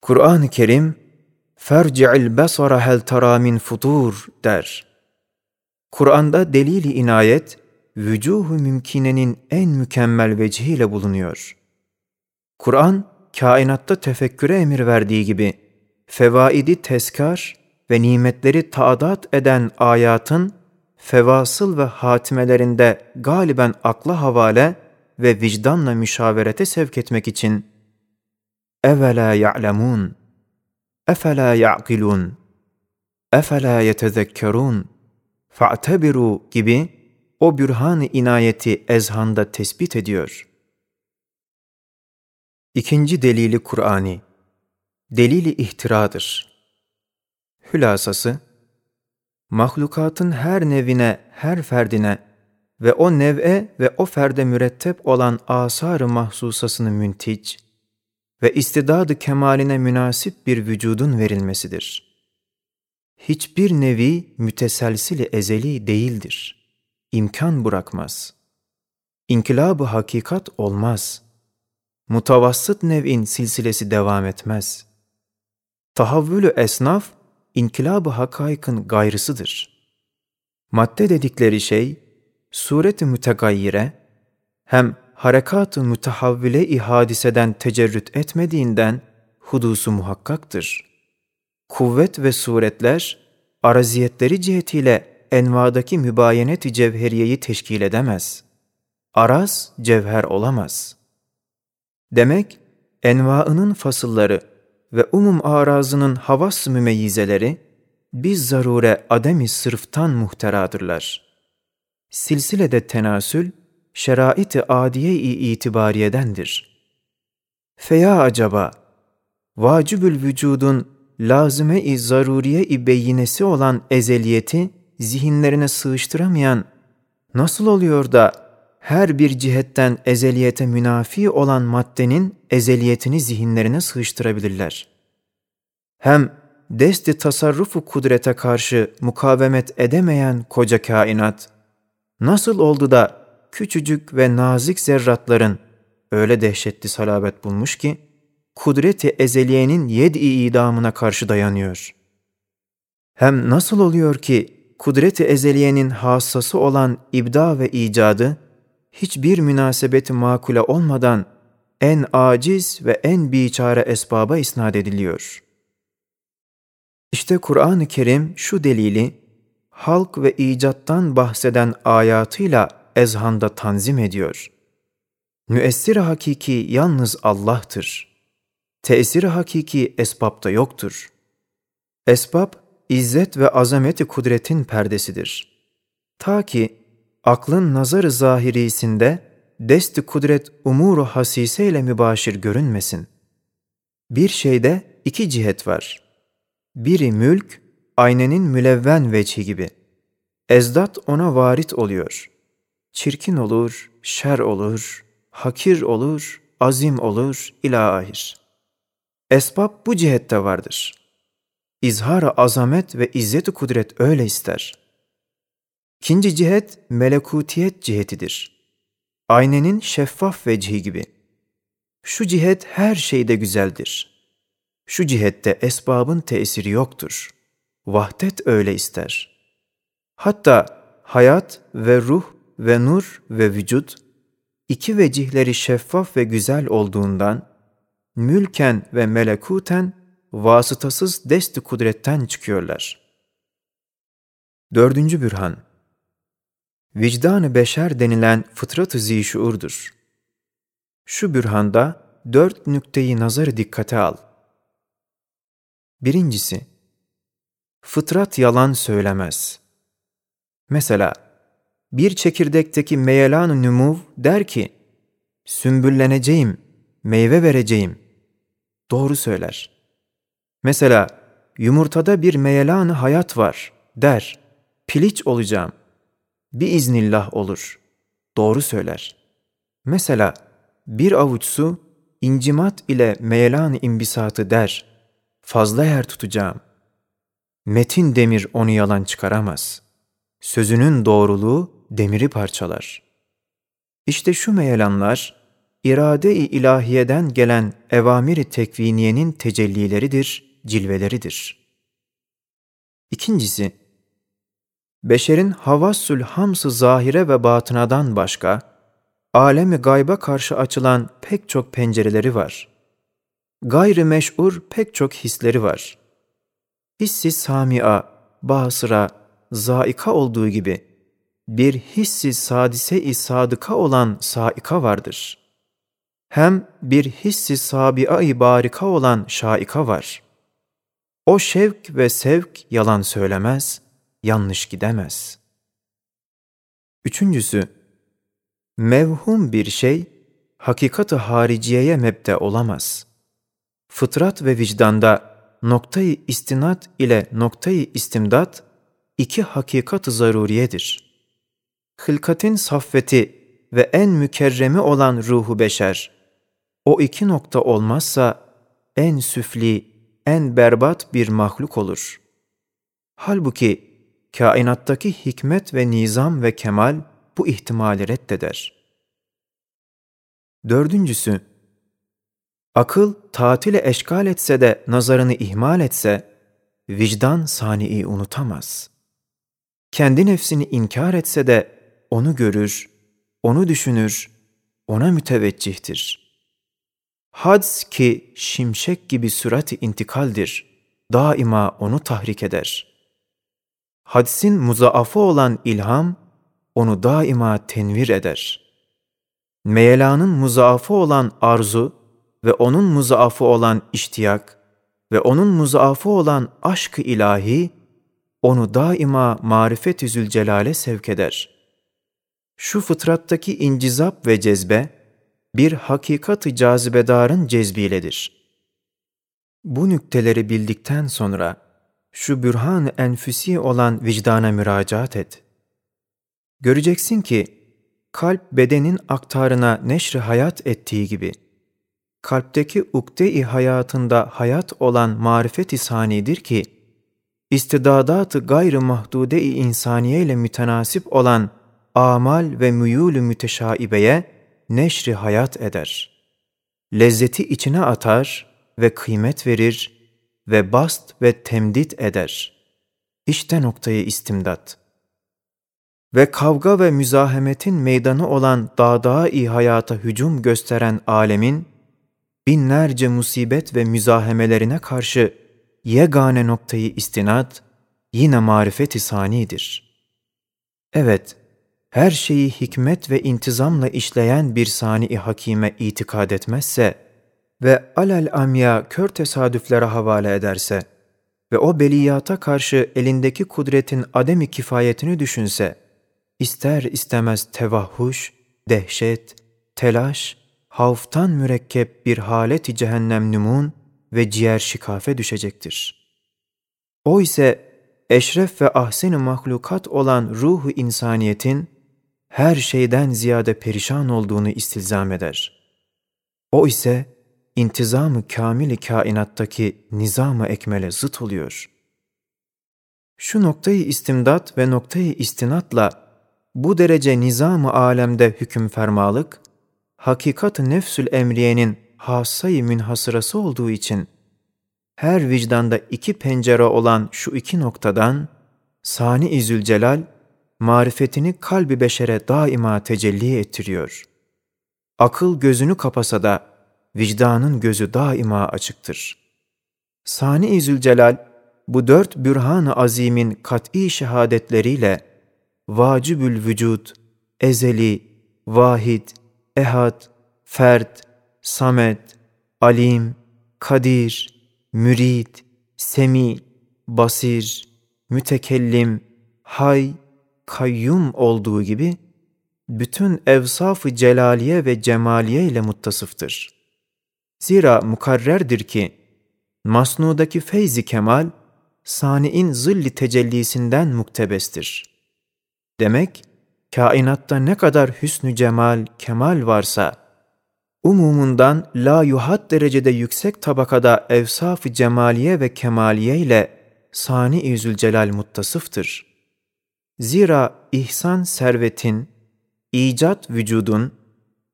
Kur'an-ı Kerim, "Ferci'il besara hel tera min futur" der. Kur'an'da delil-i inayet, vücuh-u mümkinenin en mükemmel vecihiyle bulunuyor. Kur'an, kainatta tefekküre emir verdiği gibi, fevaidi tezkar ve nimetleri taadat eden ayatın, fevasıl ve hatimelerinde galiben akla havale ve vicdanla müşaverete sevk etmek için "Evela ya'lemun, efela ya'qilun, efela yetezekkerun, fa'tebiru" gibi o bürhan-ı inayeti ezhanda tespit ediyor. İkinci delili Kur'ani, delili ihtiradır. Hülasası, mahlukatın her nevine, her ferdine ve o nev'e ve o ferde mürettep olan asar-ı mahsusasını müntic ve istidad-ı kemaline münasip bir vücudun verilmesidir. Hiçbir nevi müteselsil-i ezeli değildir. İmkan bırakmaz. İnkılab-ı hakikat olmaz. Mutavassıt nev'in silsilesi devam etmez. Tahavvülü esnaf, inkılab-ı hakaikın gayrısıdır. Madde dedikleri şey, suret-i mütegayyire, hem harekat-ı mütehavvile-i hadiseden tecerrüt etmediğinden hudusu muhakkaktır. Kuvvet ve suretler, araziyetleri cihetiyle envadaki mübayenet-i cevheriyeyi teşkil edemez. Araz, cevher olamaz. Demek, envaının fasılları ve arazının havas-ı mümeyyizeleri, biz zarure adem-i sırftan muhteradırlar. Silsilede tenasül, şerait-i adiye-i itibariyedendir. Feya acaba, vacibül vücudun lazime-i zaruriye-i beyinesi olan ezeliyeti zihinlerine sığıştıramayan, nasıl oluyor da her bir cihetten ezeliyete münafi olan maddenin ezeliyetini zihinlerine sığıştırabilirler? Hem dest-i tasarrufu kudrete karşı mukavemet edemeyen koca kainat, nasıl oldu da küçücük ve nazik zerratların öyle dehşetli salabet bulmuş ki, kudret-i ezeliyenin yed-i idamına karşı dayanıyor? Hem nasıl oluyor ki, kudret-i ezeliyenin hassası olan ibda ve icadı, hiçbir münasebeti makule olmadan en aciz ve en biçare esbaba isnat ediliyor? İşte Kur'an-ı Kerim şu delili, halk ve icattan bahseden ayatıyla ezhanda tanzim ediyor. Müessir-i hakiki yalnız Allah'tır. Tesir-i hakiki esbapta yoktur. Esbab, izzet ve azameti kudretin perdesidir. Ta ki aklın nazar-ı zahirisinde dest-i kudret umur-u hasiseyle mübaşir görünmesin. Bir şeyde iki cihet var. Biri mülk, aynenin mülevven vecihi gibi. Ezdat ona varit oluyor. Çirkin olur, şer olur, hakir olur, azim olur, ilahir. Esbab bu cihette vardır. İzhar-ı azamet ve izzet-i kudret öyle ister. İkinci cihet melekutiyet cihetidir. Aynenin şeffaf vecihi gibi. Şu cihet her şeyde güzeldir. Şu cihette esbabın tesiri yoktur. Vahdet öyle ister. Hatta hayat ve ruh ve nur ve vücut, iki vecihleri şeffaf ve güzel olduğundan, mülken ve melekuten vasıtasız dest-i kudretten çıkıyorlar. Dördüncü bürhan, vicdan-ı beşer denilen fıtrat-ı zişuurdur. Şu bürhanda 4 nükteyi nazarı dikkate al. Birincisi, fıtrat yalan söylemez. Mesela, bir çekirdekteki meyelan-ı nümuv der ki, sümbülleneceğim, meyve vereceğim. Doğru söyler. Mesela, yumurtada bir meyelan-ı hayat var der, piliç olacağım. Biiznillah olur. Doğru söyler. Mesela, bir avuç su, incimat ile meyelan-ı imbisatı der, fazla yer tutacağım. Metin demir onu yalan çıkaramaz. Sözünün doğruluğu demiri parçalar. İşte şu meyelanlar, irade-i ilahiyeden gelen evamir-i tekviniyenin tecellileridir, cilveleridir. İkincisi, beşerin havassül hams-ı zahire ve batınadan başka, alemi gayba karşı açılan pek çok pencereleri var. Gayri meş'ur pek çok hisleri var. Hissi sami'a, basıra, zaika olduğu gibi bir hissi sadise-i sadıka olan saika vardır. Hem bir hissi sabi'a-i barika olan şaika var. O şevk ve sevk yalan söylemez, yanlış gidemez. Üçüncüsü, mevhum bir şey, hakikat-ı hariciyeye mebde olamaz. Fıtrat ve vicdanda noktayı istinat ile noktayı istimdat, iki hakikat-ı zaruriyedir. Hılkatin saffeti ve en mükerremi olan ruhu beşer, o iki nokta olmazsa en süfli, en berbat bir mahluk olur. Halbuki kainattaki hikmet ve nizam ve kemal bu ihtimali reddeder. Dördüncüsü, akıl tatile eşgal etse de nazarını ihmal etse, vicdan sani'i unutamaz. Kendi nefsini inkar etse de onu görür, onu düşünür, ona müteveccihtir. Hadz ki şimşek gibi sürat-i intikaldir, daima onu tahrik eder. Hadsin muzaafı olan ilham, onu daima tenvir eder. Meyelanın muzaafı olan arzu ve onun muzaafı olan iştiyak ve onun muzaafı olan aşk-ı ilahi, onu daima marifet-i zülcelale sevk eder. Şu fıtrattaki incizap ve cezbe, bir hakikat-ı cazibedarın cezbiyledir. Bu nükteleri bildikten sonra, şu bürhan-ı enfüsi olan vicdana müracaat et. Göreceksin ki, kalp bedenin aktarına neşr-i hayat ettiği gibi, kalpteki ukde-i hayatında hayat olan marifet-i sanidir ki, istidadat-ı gayr-ı mahdude-i insaniye ile mütenasip olan amal ve müyûl-ü müteşaibeye neşr-i hayat eder. Lezzeti içine atar ve kıymet verir ve bast ve temdit eder. İşte noktayı istimdat. Ve kavga ve müzahemetin meydanı olan dağdağı-i hayata hücum gösteren alemin, binlerce musibet ve müzahemelerine karşı yegane noktayı istinad, yine marifet-i sanidir. Evet, her şeyi hikmet ve intizamla işleyen bir sani-i hakime itikad etmezse ve alel amya kör tesadüflere havale ederse ve o beliyata karşı elindeki kudretin ademi kifayetini düşünse, ister istemez tevahhuş, dehşet, telaş, havftan mürekkep bir halet-i cehennem nümun ve ciğer şikafe düşecektir. O ise eşref ve ahsen-i mahlukat olan ruhu insaniyetin her şeyden ziyade perişan olduğunu istilzam eder. O ise intizam-ı kâmil-i kainattaki nizam-ı ekmele zıt oluyor. Şu noktayı istimdat ve noktayı istinatla bu derece nizam-ı alemde hüküm fermalık, hakikat-ı nefsül emriyenin hassa-i münhasırası olduğu için, her vicdanda iki pencere olan şu iki noktadan, Sani-i Zülcelal, marifetini kalbi beşere daima tecelli ettiriyor. Akıl gözünü kapasa da, vicdanın gözü daima açıktır. Sani-i Zülcelal, bu dört bürhan-ı azimin kat'i şehadetleriyle, vacibül vücud, ezeli, vahid, ehad, fert, samet, alim, kadir, mürid, semi, basir, mütekellim, hay, kayyum olduğu gibi, bütün evsaf-ı celaliye ve cemaliye ile muttasıftır. Zira mukarrerdir ki, masnudaki feyz-i kemal, sani'in zilli tecellisinden muktebestir. Demek, kainatta ne kadar hüsnü cemal, kemal varsa, umumundan la yuhad derecede yüksek tabakada evsaf-ı cemaliye ve kemaliye ile Sani-i Zülcelal muttasıftır. Zira ihsan servetin, icat vücudun,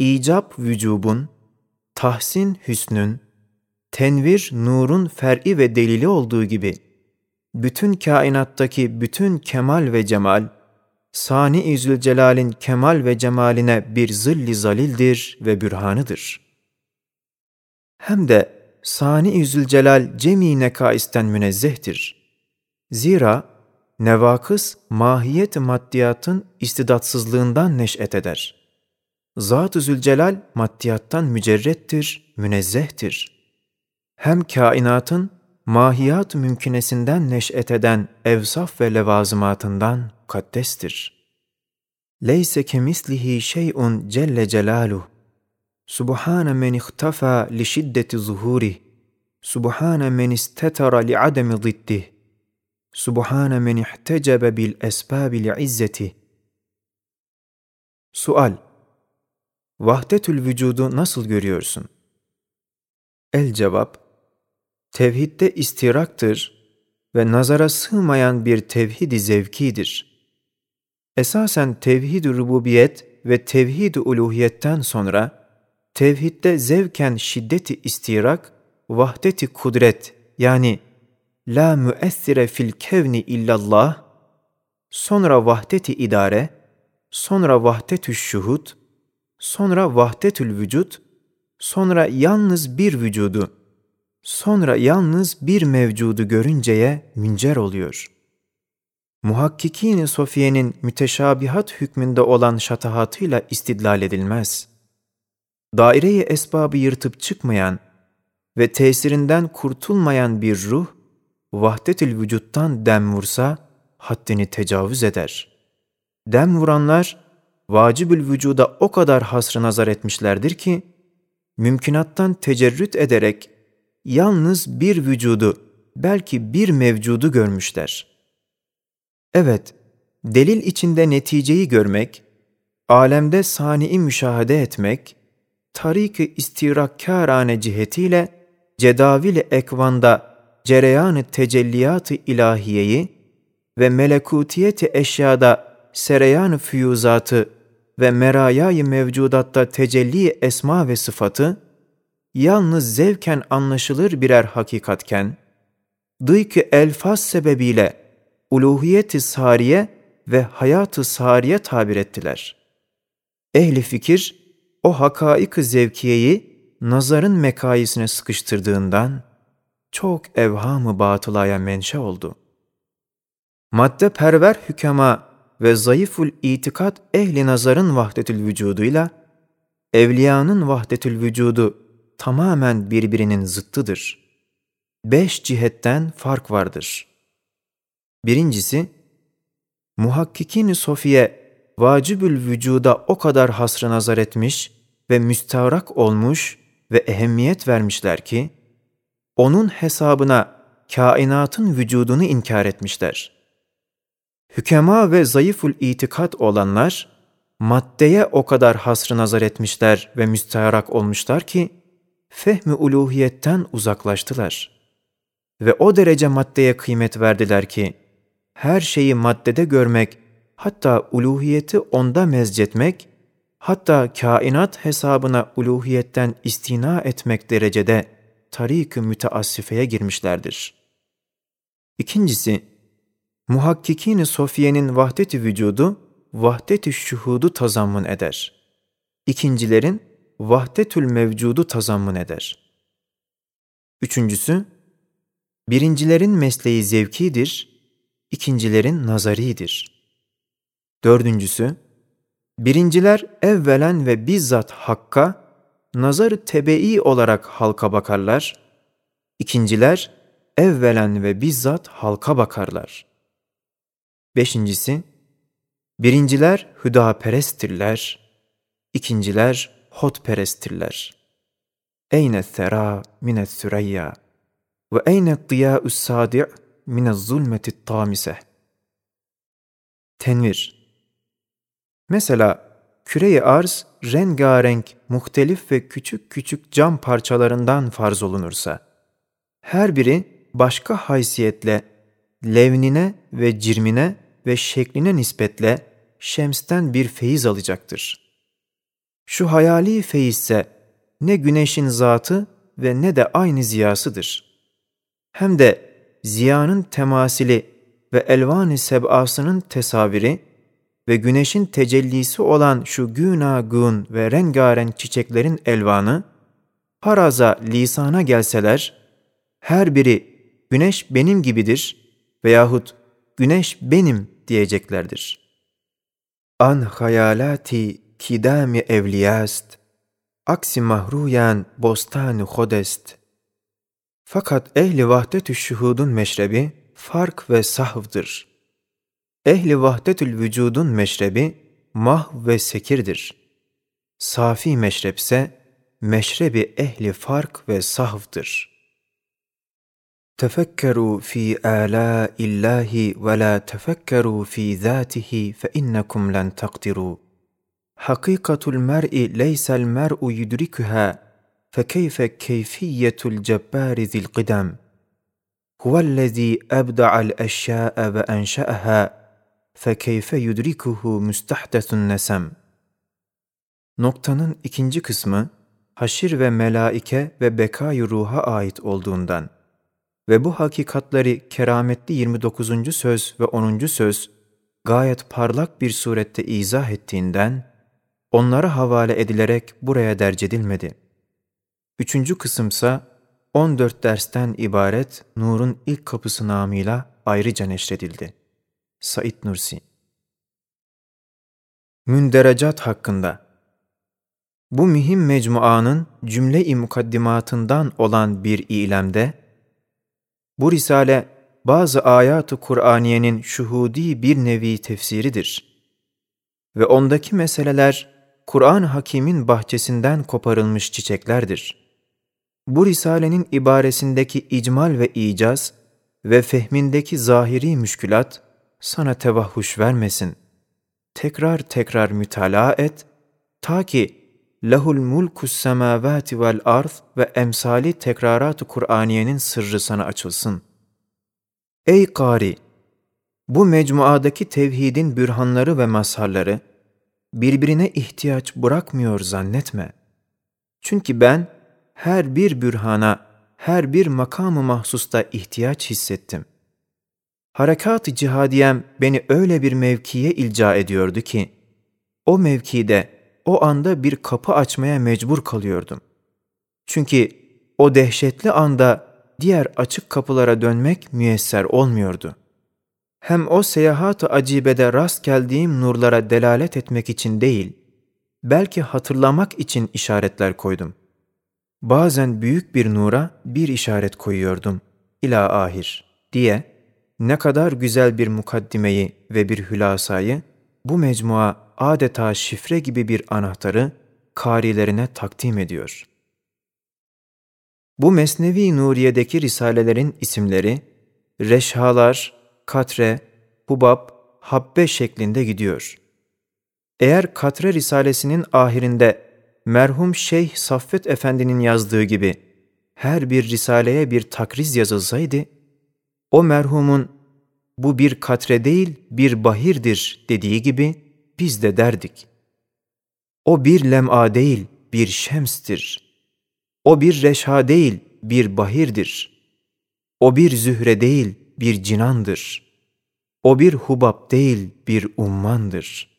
icap vücubun, tahsin hüsnün, tenvir nurun fer'i ve delili olduğu gibi, bütün kainattaki bütün kemal ve cemal, Sani-i Zülcelal'in kemal ve cemaline bir zilli zalildir ve bürhanıdır. Hem de Sani-i Zülcelal cemi nekaisten münezzehtir. Zira nevakıs mahiyet maddiyatın istidatsızlığından neş'et eder. Zat-ı Zülcelal maddiyattan mücerrettir, münezzehtir. Hem kainatın mahiyat mümkünesinden neş'et eden evsaf ve levazımatından mukaddestir. Leyse kemislihi şey'un celle celaluh. Subhane men ihtafa li şiddeti zuhurih. Subhane men istetara li ademi ziddih. Subhane men ihtecebe bil esbabi li izzetih. Sual: Vahdetül vücudu nasıl görüyorsun? El cevap: Tevhidde istiraktır ve nazara sığmayan bir tevhid-i zevkidir. Esasen tevhid-i rububiyet ve tevhid-i uluhiyetten sonra tevhidde zevken şiddeti istirak, vahdet-i kudret yani la müessire fil kevni illallah, sonra vahdet-i idare, sonra vahdet-ü şuhud, sonra vahdetül vücut, sonra yalnız bir vücudu, sonra yalnız bir mevcudu görünceye müncer oluyor. Muhakkikîn-i Sofiye'nin müteşabihat hükmünde olan şatahatıyla istidlal edilmez. Daire-i esbabı yırtıp çıkmayan ve tesirinden kurtulmayan bir ruh, vahdet-ül vücuttan dem vursa haddini tecavüz eder. Dem vuranlar, vacib-ül vücuda o kadar hasrı nazar etmişlerdir ki, mümkünattan tecerrüt ederek yalnız bir vücudu, belki bir mevcudu görmüşler. Evet, delil içinde neticeyi görmek, alemde sani'i müşahede etmek, tarik-i istirakkârâne cihetiyle cedavil-i ekvanda cereyan-ı tecelliyat-ı ilahiyeyi ve melekutiyet-i eşyada sereyan-ı füyuzatı ve merayâ-i mevcudatta tecelli esma ve sıfatı, yalnız zevken anlaşılır birer hakikatken, dıйk-ı elfaz sebebiyle uluhiyet-i sariye ve hayat-ı sariye tabir ettiler. Ehli fikir, o hakaik-ı zevkiyeyi nazarın mekayesine sıkıştırdığından, çok evham-ı batılaya menşe oldu. Madde perver hükema ve zayıful itikat ehli nazarın vahdetül vücuduyla, evliyanın vahdetül vücudu tamamen birbirinin zıttıdır. 5 cihetten fark vardır. Birincisi, muhakkikîn-i sofiye vacibül vücuda o kadar hasrı nazar etmiş ve müstahrak olmuş ve ehemmiyet vermişler ki, onun hesabına kainatın vücudunu inkar etmişler. Hükema ve zayıful itikat olanlar, maddeye o kadar hasrı nazar etmişler ve müstahrak olmuşlar ki, fehm-i uluhiyetten uzaklaştılar. Ve o derece maddeye kıymet verdiler ki, her şeyi maddede görmek, hatta uluhiyeti onda mezcetmek, hatta kainat hesabına uluhiyetten istina etmek derecede tarik-ı müteassifeye girmişlerdir. İkincisi, muhakkikîn-i sofiyenin vahdet-i vücudu, vahdet-i şuhudu tazammun eder. İkincilerin vahdetül mevcudu tazammun eder. Üçüncüsü, birincilerin mesleği zevkidir, ikincilerin nazaridir. Dördüncüsü, birinciler evvelen ve bizzat hakka, nazar-ı tebe'i olarak halka bakarlar, ikinciler evvelen ve bizzat halka bakarlar. Beşincisi, birinciler hüdaperesttirler, ikinciler hotperesttirler. Eyne thera minet süreyya ve eyne diyâ'us sâdi' minez zulmetit tâmiseh. Tenvir. Mesela küre-i arz rengarenk, muhtelif ve küçük küçük cam parçalarından farz olunursa, her biri başka haysiyetle, levnine ve cirmine ve şekline nispetle şemsten bir feyiz alacaktır. Şu hayali feyizse ne güneşin zatı ve ne de aynı ziyasıdır. Hem de ziyanın temasili ve elvan-ı sebasının tesaviri ve güneşin tecellisi olan şu günagun ve rengarenk çiçeklerin elvanı, faraza lisana gelseler, her biri güneş benim gibidir veyahut güneş benim diyeceklerdir. An hayalati kidami evliyast, aksi mahruyan bostan-ı hodest. Fakat ehli vahdetü şuhudun meşrebi fark ve sahvdır. Ehli vahdetül vücudun meşrebi mahv ve sekirdir. Safi meşrepse meşrebi ehli fark ve sahvdır. Tefekkeru fi âlâillahi ve lâ tefekkeru fi zâtihi fe innekum len takdirû. Hakikatul mer'i leysel mer'u yudrikuhâ fe keyfe keyfiyyetul cebbâri zil qidem. Huvellezî ebda'al eşyâ'e ve enşe'ehâ fe keyfe yudrikuhu müstahdesun nesem. Noktanın ikinci kısmı, haşir ve melaike ve bekâ-i ruha ait olduğundan ve bu hakikatleri kerametli 29. söz ve 10. söz gayet parlak bir surette izah ettiğinden, onlara havale edilerek buraya derc edilmedi. 3. kısımsa 14 dersten ibaret Nur'un ilk kapısı namıyla ayrıca neşredildi. Said Nursi. Münderecat hakkında. Bu mühim mecmuanın cümle-i mukaddimatından olan bir ilemde, bu risale bazı ayat-ı Kur'aniyenin şuhudi bir nevi tefsiridir. Ve ondaki meseleler Kur'an-ı Hakîm'in bahçesinden koparılmış çiçeklerdir. Bu risalenin ibaresindeki icmal ve icaz ve fehmindeki zahiri müşkülat sana tevahhuş vermesin. Tekrar tekrar mütalaa et, ta ki lehul mulkus semavati vel arz ve emsali tekrarat-ı Kur'aniyenin sırrı sana açılsın. Ey kari! Bu mecmuadaki tevhidin bürhanları ve mazharları birbirine ihtiyaç bırakmıyor zannetme. Çünkü ben her bir bürhana, her bir makamı mahsusta ihtiyaç hissettim. Harekat-ı cihadiyem beni öyle bir mevkiye ilca ediyordu ki, o mevkide, o anda bir kapı açmaya mecbur kalıyordum. Çünkü o dehşetli anda diğer açık kapılara dönmek müyesser olmuyordu. Hem o seyahat-ı acibede rast geldiğim nurlara delalet etmek için değil, belki hatırlamak için işaretler koydum. Bazen büyük bir nura bir işaret koyuyordum, ila ahir diye, ne kadar güzel bir mukaddimeyi ve bir hülasayı, bu mecmua adeta şifre gibi bir anahtarı kârilerine takdim ediyor. Bu Mesnevi Nuriye'deki risalelerin isimleri, reşhalar, katre, hubab, habbe şeklinde gidiyor. Eğer Katre Risalesinin ahirinde merhum Şeyh Saffet Efendi'nin yazdığı gibi her bir risaleye bir takriz yazılsaydı, o merhumun bu bir katre değil bir bahirdir dediği gibi biz de derdik. O bir lem'a değil bir şemstir. O bir reşha değil bir bahirdir. O bir zühre değil bir cinandır. O bir hubab değil bir ummandır.